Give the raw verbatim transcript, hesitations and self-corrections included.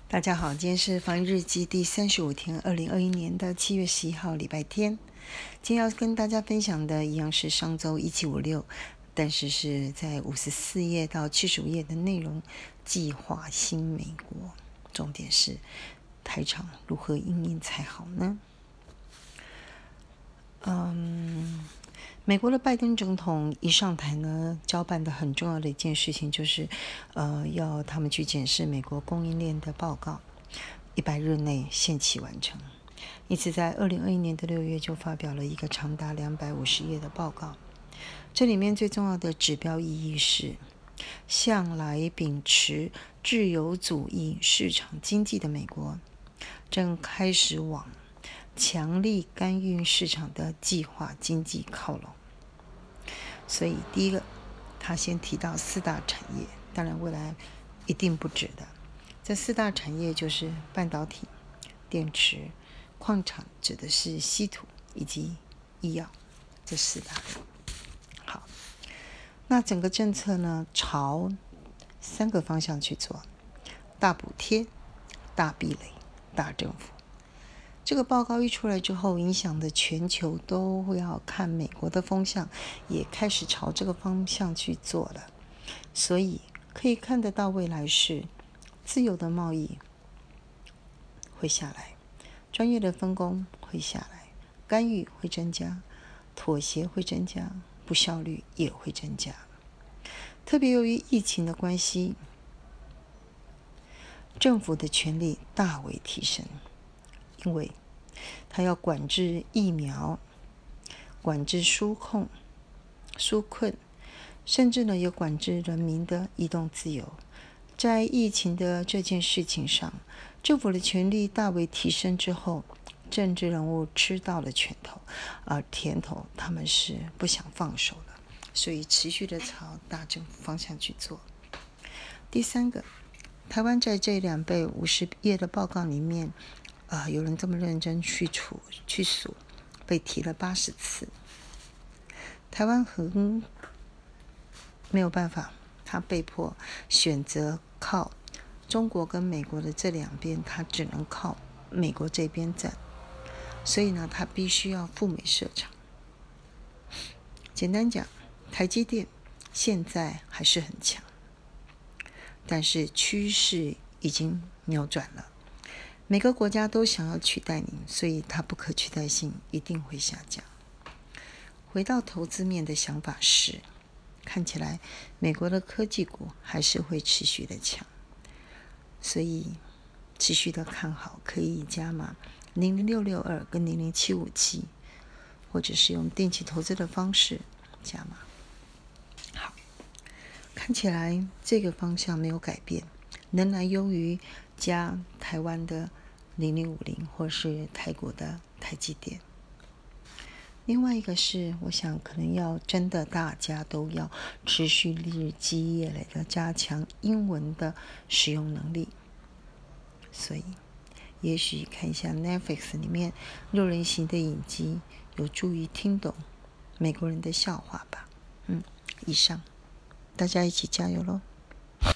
大家好，今天是防疫日记第三十五天，二零二一年的七月十一号，礼拜天。今天要跟大家分享的一样是上周一七五六，但是是在五十四页到七十五页的内容，计划新美国。重点是台场如何因应才好呢？嗯，美国的拜登总统一上台呢，交办的很重要的一件事情就是，呃，要他们去检视美国供应链的报告，一百日内限期完成。因此，在二零二一年的六月就发表了一个长达两百五十页的报告。这里面最重要的指标意义是，向来秉持自由主义市场经济的美国，正开始往强力干预市场的计划经济靠拢。所以第一个，他先提到四大产业，当然未来一定不止的。这四大产业就是半导体、电池、矿产，指的是稀土以及医药，这四大。好，那整个政策呢，朝三个方向去做：大补贴、大壁垒、大政府。这个报告一出来之后，影响的全球都会要看美国的风向，也开始朝这个方向去做了。所以可以看得到，未来是自由的贸易会下来，专业的分工会下来，干预会增加，妥协会增加，不效率也会增加。特别由于疫情的关系，政府的权力大为提升，因为他要管制疫苗，管制纾控、纾困，甚至呢也管制人民的移动自由。在疫情的这件事情上，政府的权力大为提升之后，政治人物吃到了拳头，而甜头他们是不想放手了，所以持续的朝大政府方向去做。第三个，台湾在这两百五十页的报告里面，呃，有人这么认真去数去数，被提了八十次。台湾很没有办法，他被迫选择靠中国跟美国的这两边，他只能靠美国这边站，所以呢，他必须要赴美设厂。简单讲，台积电现在还是很强，但是趋势已经扭转了。每个国家都想要取代你，所以它不可取代性一定会下降。回到投资面的想法是，看起来美国的科技股还是会持续的强，所以持续的看好，可以加码零零六六二跟零零七五七，或者是用定期投资的方式加码。好，看起来这个方向没有改变，仍然优于加台湾的零零五零或是泰国的台积电。另外一个是，我想可能要真的大家都要持续日积月累的加强英文的使用能力，所以也许看一下 Netflix 里面六人行的影集，有助于听懂美国人的笑话吧。嗯，以上，大家一起加油咯。